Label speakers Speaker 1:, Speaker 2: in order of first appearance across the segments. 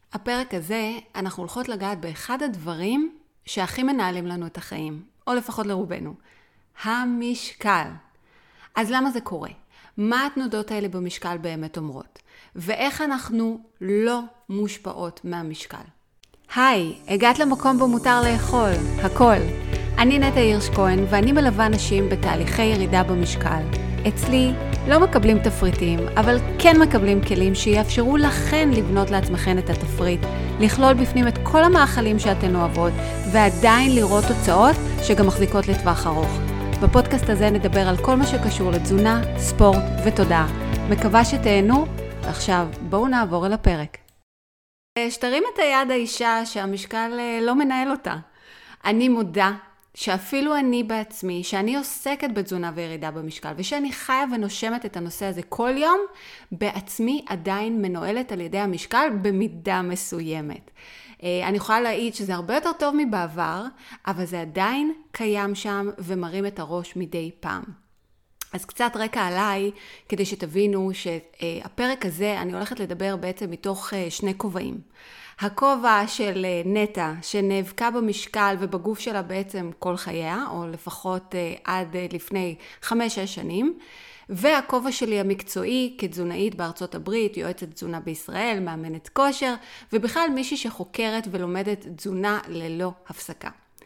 Speaker 1: הפרק הזה אנחנו הולכות לגעת באחד הדברים שהכי מנהלים לנו את החיים, או לפחות לרובנו, המשקל. אז למה זה קורה? מה התנודות האלה במשקל באמת אומרות? ואיך אנחנו לא מושפעות מהמשקל? היי, הגעת למקום בו מותר לאכול, הכל. אני נטע הירש כהן ואני מלווה נשים בתהליכי ירידה במשקל. אצלי לא מקבלים תפריטים, אבל כן מקבלים כלים שיאפשרו לכן לבנות לעצמכן את התפריט, לכלול בפנים את כל המאכלים שאתן אוהבות, ועדיין לראות תוצאות שגם מחזיקות לטווח ארוך. בפודקאסט הזה נדבר על כל מה שקשור לתזונה, ספורט ותודעה. מקווה שתהנו, ועכשיו בואו נעבור אל הפרק. שתרים את היד האישה שהמשקל לא מנהל אותה. אני מודה שאפילו אני בעצמי, שאני עוסקת בתזונה וירידה במשקל, ושאני חיה ונושמת את הנושא הזה כל יום, בעצמי עדיין מנוהלת על ידי המשקל במידה מסוימת. אני יכולה להעיד שזה הרבה יותר טוב מבעבר, אבל זה עדיין קיים שם ומרים את הראש מדי פעם. אז קצת רקע עליי, כדי שתבינו שהפרק הזה אני הולכת לדבר בעצם מתוך שני כובעים. הכובע של נטע, שנאבקה במשקל ובגוף שלה בעצם כל חייה, או לפחות עד לפני 5-6 שנים, והכובע שלי המקצועי כתזונאית בארצות הברית, יועצת תזונה בישראל, מאמנת כושר, ובכלל מישהי שחוקרת ולומדת תזונה ללא הפסקה.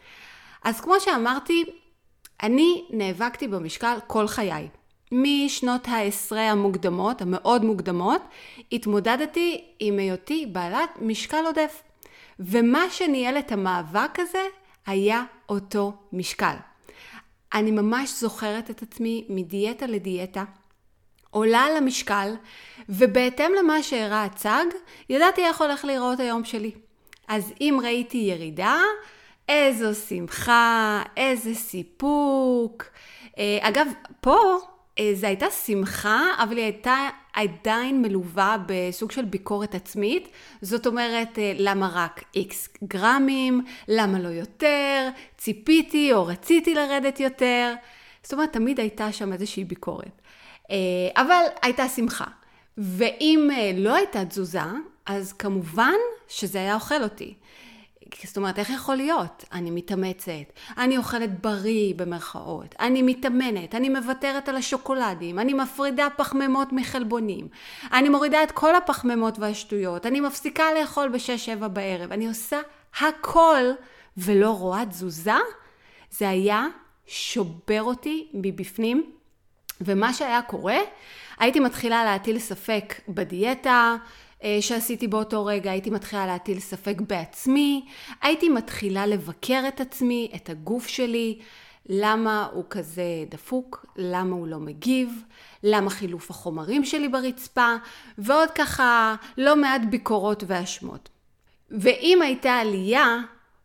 Speaker 1: אז כמו שאמרתי, אני נאבקתי במשקל כל חיי. משנות ה-10 המוקדמות, המאוד מוקדמות, התמודדתי עם היותי בעלת משקל עודף. ומה שניהל את המאבק הזה היה אותו משקל. אני ממש זוכרת את עצמי מדיאטה לדיאטה, עולה על המשקל, ובהתאם למה שהראה הצג, ידעתי איך הולך להיראות היום שלי. אז אם ראיתי ירידה, איזו שמחה, איזה סיפוק. אגב, פה זו הייתה שמחה, אבל היא הייתה עדיין מלווה בסוג של ביקורת עצמית. זאת אומרת, למה רק X גרמים, למה לא יותר, ציפיתי או רציתי לרדת יותר. זאת אומרת, תמיד הייתה שם איזושהי ביקורת. אבל הייתה שמחה. ואם לא הייתה תזוזה, אז כמובן שזה היה אוכל אותי. זאת אומרת, איך יכול להיות? אני מתאמצת, אני אוכלת בריא במרכאות, אני מתאמנת, אני מוותרת על השוקולדים, אני מפרידה פחמימות מחלבונים, אני מורידה את כל הפחמימות והשטויות, אני מפסיקה לאכול ב6-7 בערב, אני עושה הכל ולא רואה תזוזה. זה היה שובר אותי מבפנים, ומה שהיה קורה, הייתי מתחילה להטיל ספק בדיאטה, שעשיתי באותו רגע, הייתי מתחילה להטיל ספק בעצמי, הייתי מתחילה לבקר את עצמי, את הגוף שלי, למה הוא כזה דפוק, למה הוא לא מגיב, למה חילוף החומרים שלי ברצפה, ועוד ככה לא מעט ביקורות ואשמות. ואם הייתה עלייה,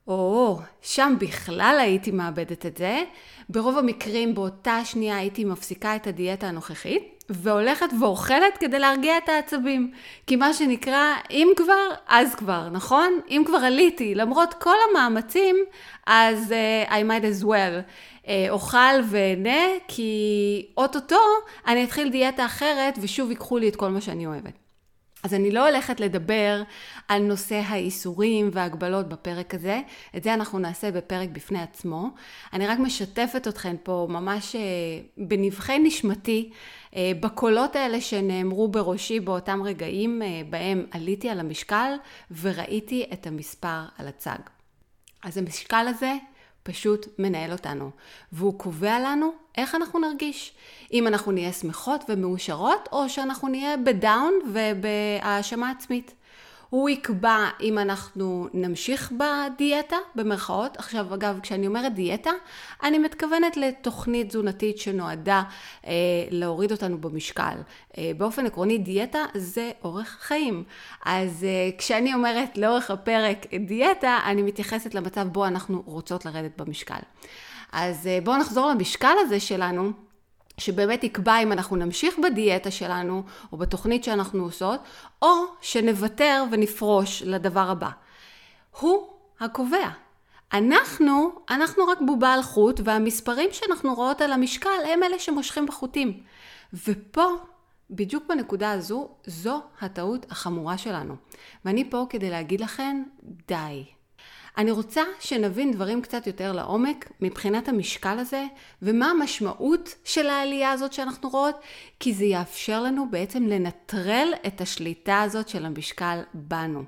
Speaker 1: שם בכלל הייתי מאבדת את זה, ברוב המקרים באותה שנייה הייתי מפסיקה את הדיאטה הנוכחית, והולכת ואוכלת כדי להרגיע את העצבים. כי מה שנקרא, אם כבר, אז כבר, נכון? אם כבר עליתי, למרות כל המאמצים, אז I might as well. אוכל וענה, כי אוטוטו אני אתחיל דיאטה אחרת, ושוב ייקחו לי את כל מה שאני אוהבת. אז אני לא הולכת לדבר על נושא האיסורים וההגבלות בפרק הזה, את זה אנחנו נעשה בפרק בפני עצמו. אני רק משתפת אתכן פה ממש בנבחי נשמתי, בקולות האלה שנאמרו בראשי באותם רגעים בהם עליתי על המשקל וראיתי את המספר על הצג. אז המשקל הזה פשוט מנהל אותנו, והוא קובע לנו איך אנחנו נרגיש. אם אנחנו נהיה שמחות ומאושרות, או שאנחנו נהיה בדאון ובהאשמה עצמית. הוא יקבע אם אנחנו נמשיך בדיאטה, במרכאות. עכשיו, אגב, כשאני אומרת דיאטה, אני מתכוונת לתוכנית תזונתית שנועדה להוריד אותנו במשקל. באופן עקרוני, דיאטה זה אורח חיים. אז כשאני אומרת לאורך הפרק דיאטה, אני מתייחסת למצב בו אנחנו רוצות לרדת במשקל. אז בואו נחזור למשקל הזה שלנו, שבאמת יקבע אם אנחנו נמשיך בדיאטה שלנו, או בתוכנית שאנחנו עושות, או שנוותר ונפרוש לדבר הבא. הוא הקובע. אנחנו רק בובה על חוט, והמספרים שאנחנו רואות על המשקל הם אלה שמושכים בחוטים. ופה בדיוק בנקודה הזו, זו הטעות החמורה שלנו. ואני פה כדי להגיד לכם, די. אני רוצה שנבין דברים קצת יותר לעומק מבחינת המשקל הזה, ומה המשמעות של העלייה הזאת שאנחנו רואות, כי זה יאפשר לנו בעצם לנטרל את השליטה הזאת של המשקל בנו.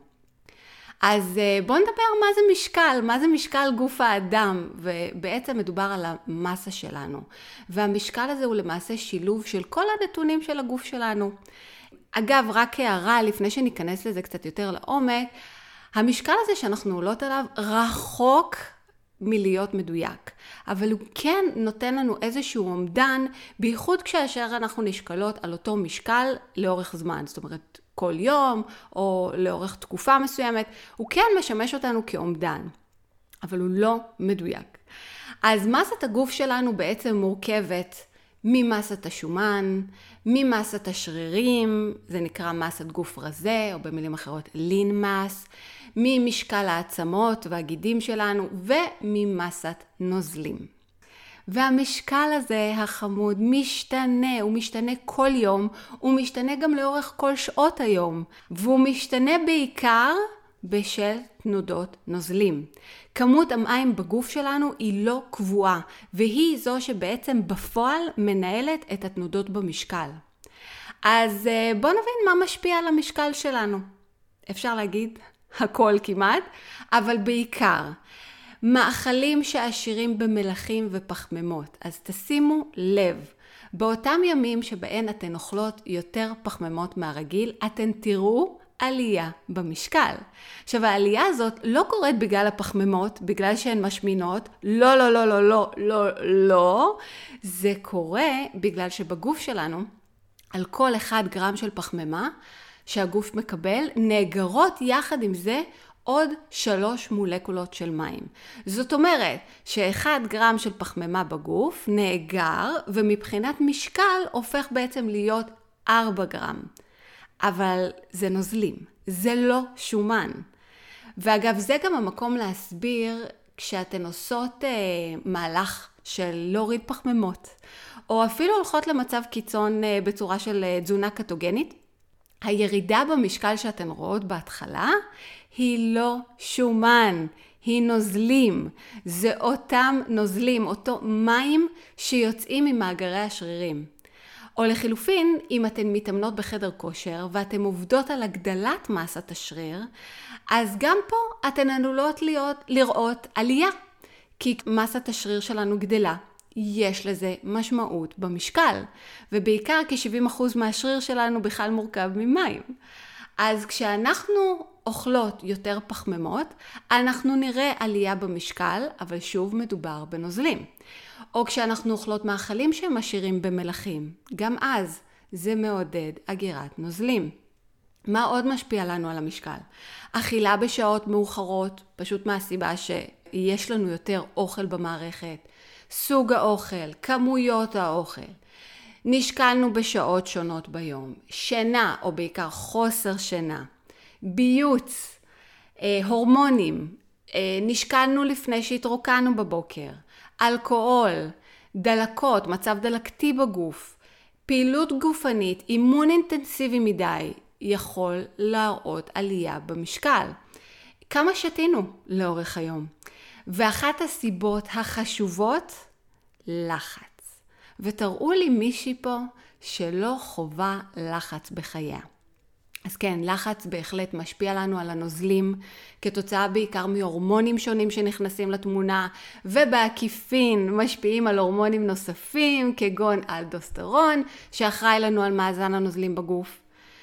Speaker 1: אז בואו נדבר מה זה משקל גוף האדם, ובעצם מדובר על המסה שלנו. והמשקל הזה הוא למעשה שילוב של כל הנתונים של הגוף שלנו. אגב, רק הערה לפני שניכנס לזה קצת יותר לעומק, המשקל הזה שאנחנו עולות עליו רחוק מלהיות מדויק, אבל הוא כן נותן לנו איזשהו אומדן, בייחוד כאשר אנחנו נשקלות על אותו משקל לאורך זמן, זאת אומרת כל יום או לאורך תקופה מסוימת, הוא כן משמש אותנו כאומדן, אבל הוא לא מדויק. אז מסת הגוף שלנו בעצם מורכבת ממסת השומן, ממסת השרירים, זה נקרא מסת גוף רזה, או במילים אחרות lean mass, ממשקל העצמות והגידים שלנו, וממסת נוזלים. והמשקל הזה החמוד משתנה, הוא משתנה כל יום, הוא משתנה גם לאורך כל שעות היום, והוא משתנה בעיקר בשל תנודות נוזלים. כמות המים בגוף שלנו היא לא קבועה, והיא זו שבעצם בפועל מנהלת את התנודות במשקל. אז בואו נבין מה משפיע על המשקל שלנו. אפשר להגיד הכל כמעט, אבל בעיקר מאכלים שעשירים במלחים ופחמימות. אז תשימו לב, באותם ימים שבהן אתן אוכלות יותר פחמימות מהרגיל, אתן תראו עלייה במשקל. עכשיו, העלייה הזאת לא קורית בגלל הפחמימות, בגלל שהן משמינות. לא, לא, לא, לא, לא, לא, לא. זה קורה בגלל שבגוף שלנו, על כל 1 גרם של פחמימה שהגוף מקבל, נאגרות יחד עם זה עוד 3 מולקולות של מים. זאת אומרת ש1 גרם של פחמימה בגוף נאגר, ומבחינת משקל הופך בעצם להיות 4 גרם. אבל זה נוזלים, זה לא שומן. ואגב, זה גם המקום להסביר כשאתן עושות מהלך של להוריד פחמימות, או אפילו הולכות למצב קיצון בצורה של תזונה קטוגנית. הירידה במשקל שאתן רואות בהתחלה היא לא שומן, היא נוזלים. זה אותם נוזלים, אותו מים שיוצאים ממאגרי השרירים. או לחילופין, אם אתן מתאמנות בחדר כושר ואתן עובדות על הגדלת מסת השריר, אז גם פה אתן עלולות לראות עלייה, כי מסת השריר שלנו גדלה. יש לזה משמעות במשקל, ובעיקר כ-70% מהשריר שלנו בכלל מורכב ממים. אז כשאנחנו אוכלות יותר פחמימות, אנחנו נראה עלייה במשקל, אבל שוב מדובר בנוזלים. או כשאנחנו אוכלות מאכלים שהם עשירים במלחים, גם אז זה מעודד אגירת נוזלים. מה עוד משפיע לנו על המשקל? אכילה בשעות מאוחרות, פשוט מהסיבה שיש לנו יותר אוכל במערכת, סוג האוכל, כמויות האוכל. נשקלנו בשעות שונות ביום, שינה או בעיקר חוסר שינה, ביוץ, הורמונים, נשקלנו לפני שהתרוקנו בבוקר, אלכוהול, דלקות, מצב דלקתי בגוף, פעילות גופנית, אימון אינטנסיבי מדי, יכול להראות עלייה במשקל. כמה שתינו לאורך היום? ואחת הסיבות החשובות, לחץ. ותראו לי מישהי פה שלא חובה לחץ בחייה. אז כן, לחץ בהחלט משפיע לנו על הנוזלים, כתוצאה בעיקר מהורמונים שונים שנכנסים לתמונה, ובעקיפין משפיעים על הורמונים נוספים, כגון אלדוסטרון, שאחראי לנו על מאזן הנוזלים בגוף.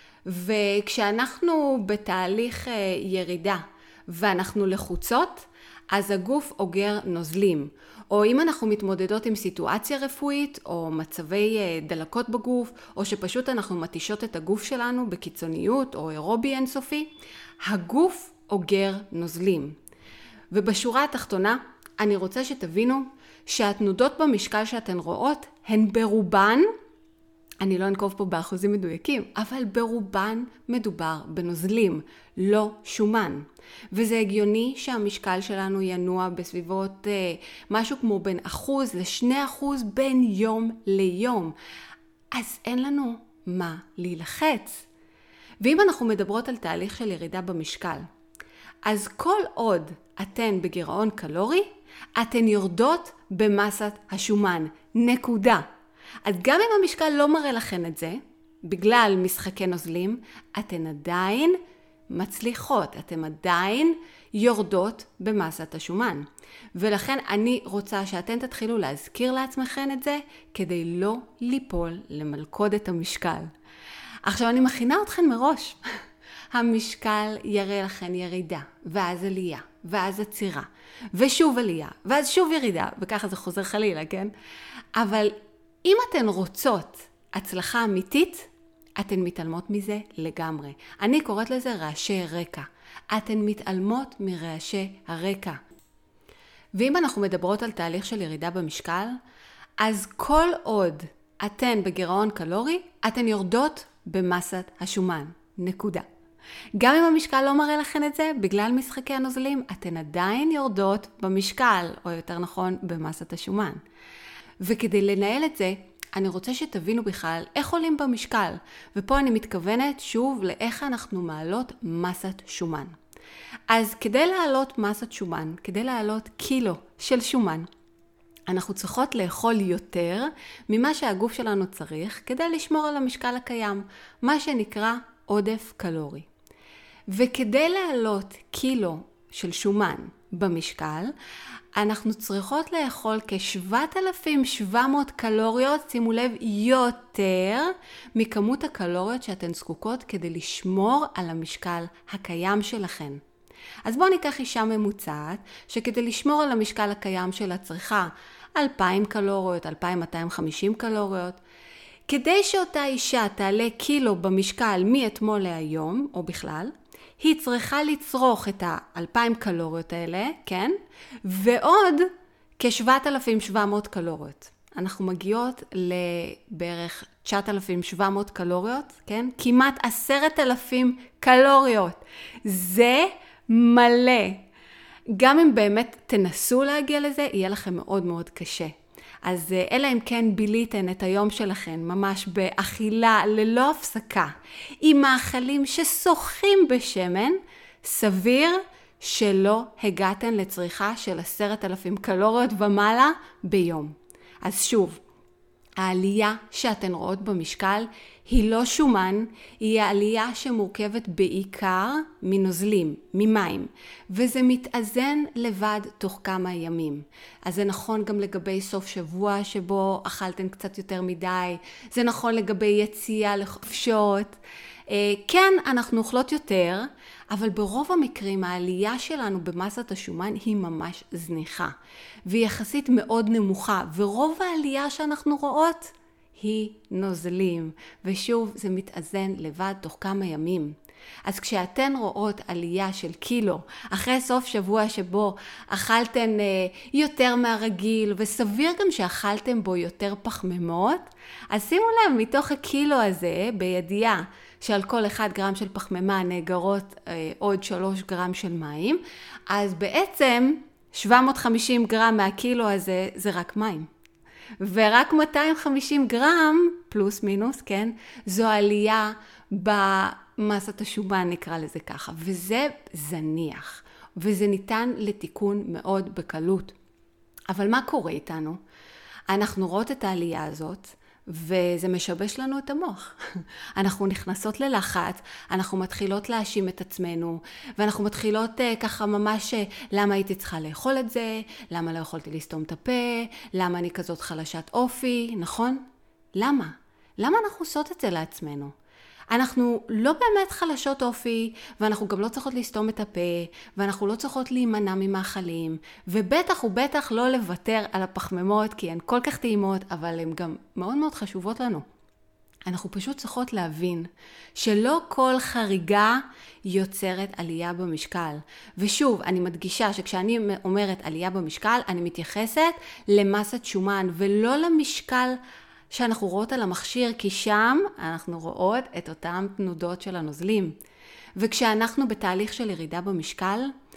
Speaker 1: וכשאנחנו בתהליך ירידה ואנחנו לחוצות, אז הגוף אוגר נוזלים. או אם אנחנו מתמודדות עם סיטואציה רפואית, או מצבי דלקות בגוף, או שפשוט אנחנו מתישות את הגוף שלנו בקיצוניות, או אירובי אינסופי, הגוף אוגר נוזלים. ובשורה התחתונה, אני רוצה שתבינו שהתנודות במשקל שאתן רואות, הן ברובן, אני לא אנקוב פה באחוזים מדויקים, אבל ברובן מדובר בנוזלים, לא שומן. וזה הגיוני שהמשקל שלנו ינוע בסביבות משהו כמו בין 1% ל2% בין יום ליום. אז אין לנו מה להילחץ. ואם אנחנו מדברות על תהליך של ירידה במשקל, אז כל עוד אתן בגירעון קלורי, אתן יורדות במסת השומן. נקודה. אז גם אם המשקל לא מראה לכן את זה, בגלל משחקי נוזלים, אתן עדיין מצליחות, אתן עדיין יורדות במסת השומן. ולכן אני רוצה שאתן תתחילו להזכיר לעצמכן את זה, כדי לא ליפול למלכודת המשקל. עכשיו אני מכינה אתכן מראש. המשקל יראה לכן ירידה, ואז עלייה, ואז עצירה, ושוב עלייה, ואז שוב ירידה, וככה זה חוזר חלילה, כן? אבל אם אתן רוצות הצלחה אמיתית, אתן מתעלמות מזה לגמרי. אני קוראת לזה רעשי רקע. אתן מתעלמות מרעשי הרקע. ואם אנחנו מדברות על תהליך של ירידה במשקל, אז כל עוד אתן בגירעון קלורי, אתן יורדות במסת השומן. נקודה. גם אם המשקל לא מראה לכן את זה, בגלל משחקי הנוזלים, אתן עדיין יורדות במשקל, או יותר נכון, במסת השומן. וכדי לנהל את זה, אני רוצה שתבינו בכלל איך עולים במשקל. ופה אני מתכוונת שוב לאיך אנחנו מעלות מסת שומן. אז כדי לעלות מסת שומן, כדי לעלות קילו של שומן, אנחנו צריכות לאכול יותר ממה שהגוף שלנו צריך כדי לשמור על המשקל הקיים, מה שנקרא עודף קלורי. וכדי לעלות קילו של שומן במשקל, אנחנו צריכות לאכול כ-7,700 קלוריות, שימו לב, יותר מכמות הקלוריות שאתן זקוקות כדי לשמור על המשקל הקיים שלכן. אז בואו ניקח אישה ממוצעת, שכדי לשמור על המשקל הקיים שלה צריכה 2,000 קלוריות, 2,250 קלוריות. כדי שאותה אישה תעלה קילו במשקל מאתמול להיום, או בכלל, היא צריכה לצרוך את ה-2,000 קלוריות האלה, כן? ועוד כ-7,700 קלוריות. אנחנו מגיעות לבערך 9,700 קלוריות, כן? כמעט 10,000 קלוריות. זה מלא. גם אם באמת תנסו להגיע לזה, יהיה לכם מאוד מאוד קשה. אז אלא אם כן ביליתן את היום שלכם ממש באכילה ללא הפסקה, עם מאכלים ששוחים בשמן, סביר שלא הגעתן לצריכה של 10,000 קלוריות ומעלה ביום. אז שוב, העלייה שאתן רואות במשקל היא לא שומן, היא העלייה שמורכבת בעיקר מנוזלים, ממים, וזה מתאזן לבד תוך כמה ימים. אז זה נכון גם לגבי סוף שבוע שבו אכלתן קצת יותר מדי, זה נכון לגבי יציאה לחופשות. כן, אנחנו אוכלות יותר, אבל ברוב המקרים העלייה שלנו במסת השומן היא ממש זניחה, והיא יחסית מאוד נמוכה, ורוב העלייה שאנחנו רואות היא נוזלים, ושוב זה מתאזן לבד תוך כמה ימים. אז כשאתן רואות עלייה של קילו, אחרי סוף שבוע שבו אכלתן יותר מהרגיל, וסביר גם שאכלתן בו יותר פחמימות, אז שימו לב, מתוך הקילו הזה, בידיעה שעל כל 1 גרם של פחמימה נאגרות עוד 3 גרם של מים, אז בעצם 750 גרם מהקילו הזה זה רק מים. ורק 250 גרם, פלוס מינוס, כן, זו עלייה במסת השומן, נקרא לזה ככה. וזה זניח, וזה ניתן לתיקון מאוד בקלות. אבל מה קורה איתנו? אנחנו רואות את העלייה הזאת, וזה משבש לנו את המוח. אנחנו נכנסות ללחץ, אנחנו מתחילות להאשים את עצמנו, ואנחנו מתחילות ככה ממש, למה הייתי צריכה לאכול את זה? למה לא יכולתי לסתום את הפה? למה אני כזאת חלשת אופי? נכון? למה? למה אנחנו עושות את זה לעצמנו? אנחנו לא באמת חלשות אופי, ואנחנו גם לא צריכות לסתום את הפה, ואנחנו לא צריכות להימנע ממאכלים, ובטח ובטח לא לוותר על הפחמימות, כי הן כל כך טעימות, אבל הן גם מאוד מאוד חשובות לנו. אנחנו פשוט צריכות להבין שלא כל חריגה יוצרת עלייה במשקל. ושוב, אני מדגישה שכשאני אומרת עלייה במשקל, אני מתייחסת למסת שומן, ולא למשקל שאנחנו רואות על המכשיר, כי שם אנחנו רואות את אותם תנודות של הנוזלים. וכשאנחנו בתהליך של ירידה במשקל,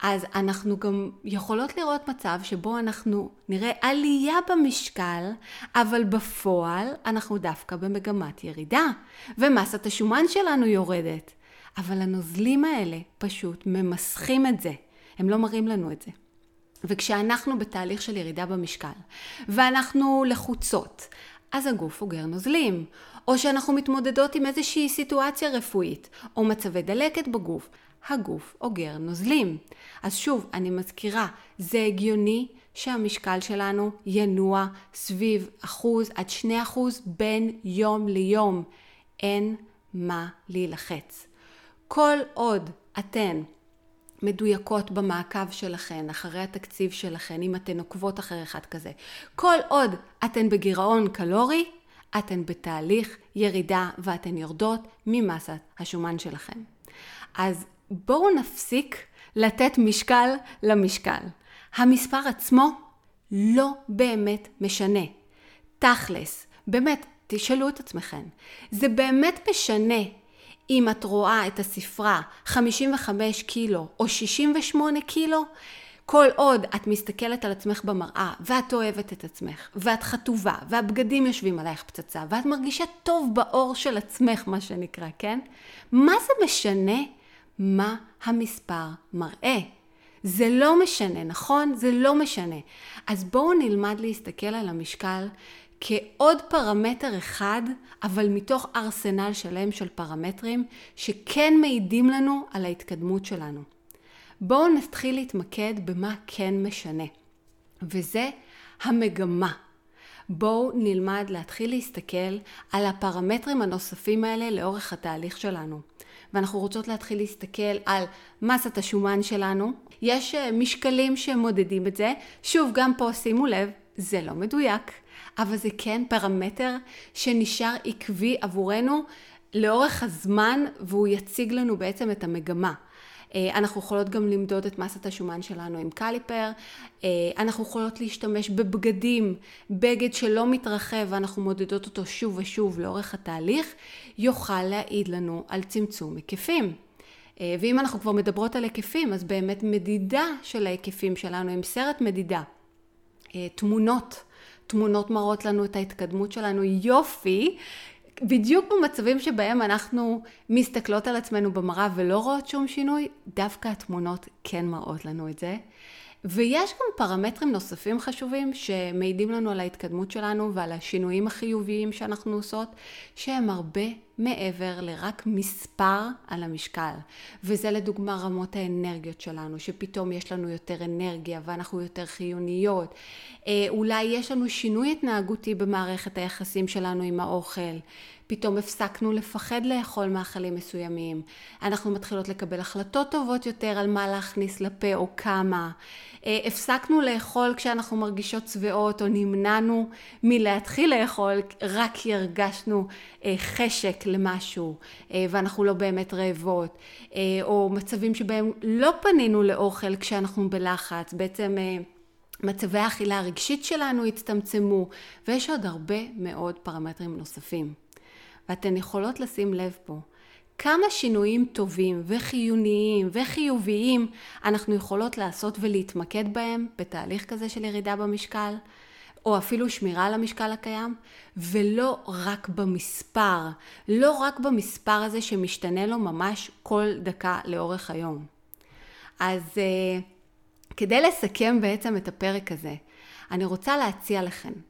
Speaker 1: אז אנחנו גם יכולות לראות מצב שבו אנחנו נראה עלייה במשקל, אבל בפועל אנחנו דווקא במגמת ירידה, ומסת השומן שלנו יורדת. אבל הנוזלים האלה פשוט ממסכים את זה, הם לא מראים לנו את זה. וכשאנחנו בתהליך של ירידה במשקל, ואנחנו לחוצות, אז הגוף אוגר נוזלים, או שאנחנו מתמודדות עם איזושהי סיטואציה רפואית, או מצבי דלקת בגוף, הגוף אוגר נוזלים. אז שוב, אני מזכירה, זה הגיוני שהמשקל שלנו ינוע סביב 1% עד 2% בין יום ליום. אין מה להילחץ. כל עוד אתן מדויקות במעקב שלכן, אחרי התקציב שלכן, אם אתן עוקבות אחרי אחד כזה, כל עוד אתן בגירעון קלורי, אתן בתהליך ירידה ואתן יורדות ממסת השומן שלכן. אז בואו נפסיק לתת משקל למשקל. המספר עצמו לא באמת משנה. תכלס, באמת, תשאלו את עצמכם. זה באמת משנה אם את רואה את הספרה 55 קילו או 68 קילו? כל עוד את מסתכלת על עצמך במראה ואת אוהבת את עצמך ואת חטובה והבגדים יושבים עלייך פצצה ואת מרגישה טוב באור של עצמך, מה שנקרא, כן? מה זה משנה מה המספר מראה? זה לא משנה, נכון? זה לא משנה. אז בואו נלמד להסתכל על המשקל כעוד פרמטר אחד, אבל מתוך ארסנל שלם של פרמטרים שכן מעידים לנו על ההתקדמות שלנו. בואו נתחיל להתמקד במה כן משנה, וזה המגמה. בואו נלמד להתחיל להסתכל על הפרמטרים הנוספים האלה לאורך התהליך שלנו. ואנחנו רוצות להתחיל להסתכל על מסת השומן שלנו. יש משקלים שמודדים את זה. שוב, גם פה שימו לב, זה לא מדויק, אבל זה כן פרמטר שנשאר עקבי עבורנו לאורך הזמן, והוא יציג לנו בעצם את המגמה. אנחנו יכולות גם למדוד את מסת השומן שלנו עם קליפר, אנחנו יכולות להשתמש בבגדים, בגד שלא מתרחב ואנחנו מודדות אותו שוב ושוב לאורך התהליך, יוכל להעיד לנו על צמצום היקפים. ואם אנחנו כבר מדברות על היקפים, אז באמת מדידה של ההיקפים שלנו עם סרט מדידה. תמונות מראות לנו את ההתקדמות שלנו, יופי, בדיוק במצבים שבהם אנחנו מסתכלות על עצמנו במראה ולא רואות שום שינוי, דווקא התמונות כן מראות לנו את זה. ויש גם פרמטרים נוספים חשובים שמעידים לנו על ההתקדמות שלנו ועל השינויים החיוביים שאנחנו עושות, שהם הרבה מעבר לרק מספר על המשקל. וזה לדוגמה רמות האנרגיות שלנו, שפתאום יש לנו יותר אנרגיה ואנחנו יותר חיוניות. אולי יש לנו שינוי התנהגותי במערכת היחסים שלנו עם האוכל. פתאום הפסקנו לפחד לאכול מאכלים מסוימים. אנחנו מתחילות לקבל החלטות טובות יותר על מה להכניס לפה או כמה. הפסקנו לאכול כשאנחנו מרגישות צבעות או נמנענו מלהתחיל לאכול רק כי הרגשנו חשק למשהו ואנחנו לא באמת רעבות. או מצבים שבהם לא פנינו לאוכל כשאנחנו בלחץ. בעצם מצבי האכילה הרגשית שלנו הצטמצמו, ויש עוד הרבה מאוד פרמטרים נוספים. ואתן יכולות לשים לב פה כמה שינויים טובים וחיוניים וחיוביים אנחנו יכולות לעשות ולהתמקד בהם בתהליך כזה של ירידה במשקל, או אפילו שמירה על המשקל הקיים, ולא רק במספר, לא רק במספר הזה שמשתנה לו ממש כל דקה לאורך היום. אז כדי לסכם בעצם את הפרק הזה, אני רוצה להציע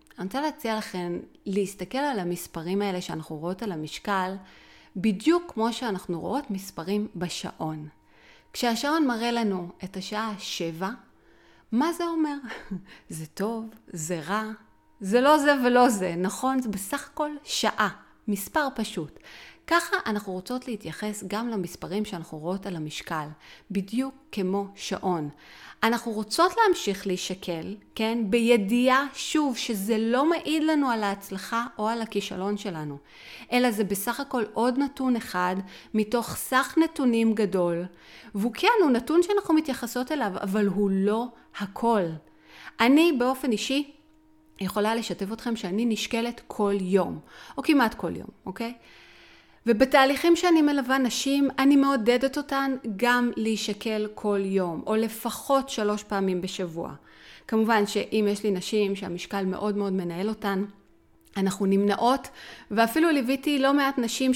Speaker 1: לכם להסתכל על המספרים האלה שאנחנו רואות על המשקל, בדיוק כמו שאנחנו רואות מספרים בשעון. כשהשעון מראה לנו את השעה 7, מה זה אומר? זה טוב, זה רע, זה לא זה ולא זה, נכון? זה בסך הכל שעה, מספר פשוט. ככה אנחנו רוצות להתייחס גם למספרים שאנחנו רואות על המשקל, בדיוק כמו שעון. אנחנו רוצות להמשיך להישקל, כן? בידיעה שוב שזה לא מעיד לנו על ההצלחה או על הכישלון שלנו, אלא זה בסך הכל עוד נתון אחד מתוך סך נתונים גדול, והוא כן, הוא נתון שאנחנו מתייחסות אליו, אבל הוא לא הכל. אני באופן אישי יכולה לשתף אתכם שאני נשקלת כל יום, או כמעט כל יום, אוקיי? ובתהליכים שאני מלווה נשים, אני מעודדת אותן גם להישקל כל יום, או לפחות 3 פעמים בשבוע. כמובן שאם יש לי נשים שהמשקל מאוד מאוד מנהל אותן, אנחנו נמנעות, ואפילו ליוויתי לא מעט נשים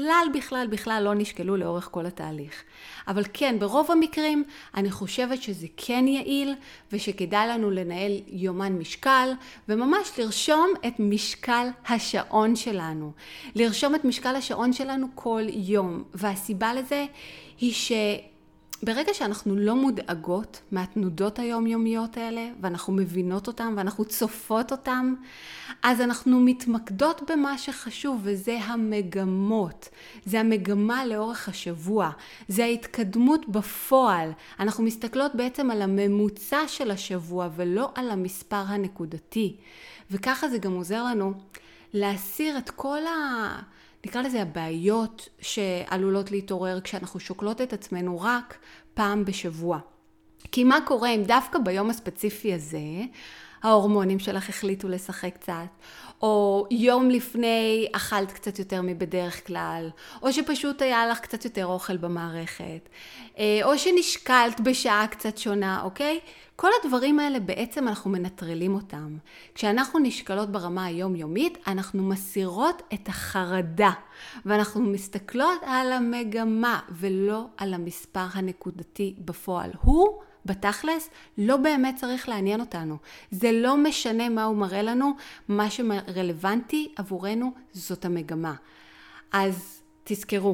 Speaker 1: שבכלל לא נשקלו לאורך כל התהליך. אבל כן, ברוב המקרים אני חושבת שזה כן יעיל, ושכדאי לנו לנהל יומן משקל, וממש לרשום את משקל השעון שלנו. לרשום את משקל השעון שלנו כל יום. והסיבה לזה היא ברגע שאנחנו לא מודאגות מהתנודות היומיומיות האלה, ואנחנו מבינות אותם ואנחנו צופות אותם, אז אנחנו מתמקדות במה שחשוב, וזה המגמות. זה המגמה לאורך השבוע. זה ההתקדמות בפועל. אנחנו מסתכלות בעצם על הממוצע של השבוע, ולא על המספר הנקודתי. וככה זה גם עוזר לנו להסיר את כל נקרא לזה הבעיות שעלולות להתעורר כשאנחנו שוקלות את עצמנו רק פעם בשבוע. כי מה קורה אם דווקא ביום הספציפי הזה, ההורמונים שלך החליטו לשחק קצת, או יום לפני אכלת קצת יותר מבדרך כלל, או שפשוט היה לך קצת יותר אוכל במערכת, או שנשקלת בשעה קצת שונה, אוקיי? כל הדברים האלה בעצם אנחנו מנטרלים אותם. כשאנחנו נשקלות ברמה היומיומית, אנחנו מסירות את החרדה, ואנחנו מסתכלות על המגמה ולא על המספר הנקודתי בפועל. הוא בתכלס לא באמת צריך לעניין אותנו. זה לא משנה מה הוא מראה לנו, מה שרלוונטי עבורנו זאת המגמה. אז תזכרו,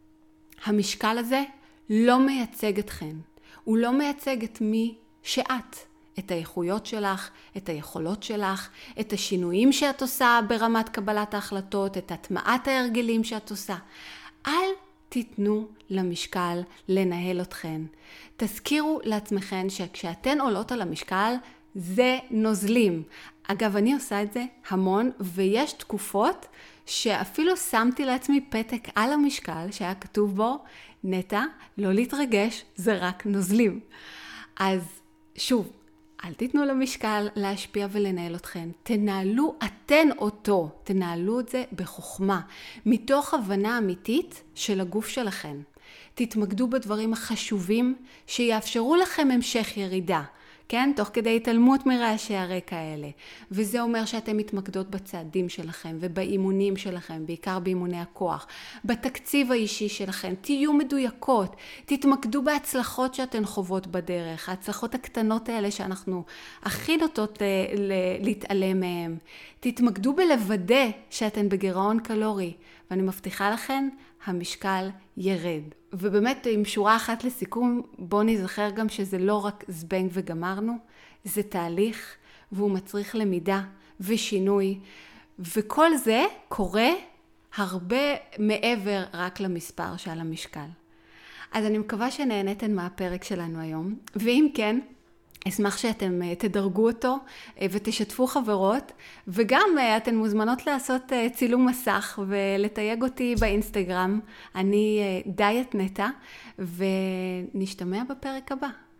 Speaker 1: המשקל הזה לא מייצג אתכן. הוא לא מייצג את מי שאת. את האיכויות שלך, את היכולות שלך, את השינויים שאת עושה ברמת קבלת ההחלטות, את הטמעת ההרגלים שאת עושה. אל תיתנו למשקל לנהל אתכן. תזכירו לעצמכן שכשאתן עולות על המשקל, זה נוזלים. אגב, אני עושה את זה המון, ויש תקופות שאפילו שמתי לעצמי פתק על המשקל שהיה כתוב בו, נטע, לא להתרגש, זה רק נוזלים. אז שוב, אל תיתנו למשקל להשפיע ולנהל אתכן. תנהלו אתן אותו. תנהלו את זה בחוכמה. מתוך הבנה אמיתית של הגוף שלכן. תתמקדו בדברים החשובים שיאפשרו לכם המשך ירידה. כן? תוך כדי התעלמות מרעשי הרקע האלה. וזה אומר שאתם מתמקדות בצעדים שלכם ובאימונים שלכם, בעיקר באימוני הכוח. בתקציב האישי שלכם, תהיו מדויקות. תתמקדו בהצלחות שאתן חוות בדרך. ההצלחות הקטנות האלה שאנחנו הכי נוטות להתעלם מהן. תתמקדו בלוודא שאתן בגירעון קלורי. ואני מבטיחה לכן, המשקל ירד. ובאמת עם שורה אחת לסיכום, בואו נזכר גם שזה לא רק זבנג וגמרנו, זה תהליך והוא מצריך למידה ושינוי, וכל זה קורה הרבה מעבר רק למספר שעל המשקל. אז אני מקווה שנהנתן מהפרק שלנו היום, ואם כן, אשמח שאתם תדרגו אותו ותשתפו חברות, וגם אתן מוזמנות לעשות צילום מסך ולתייג אותי באינסטגרם. אני דיאט נטע, ונשתמע בפרק הבא.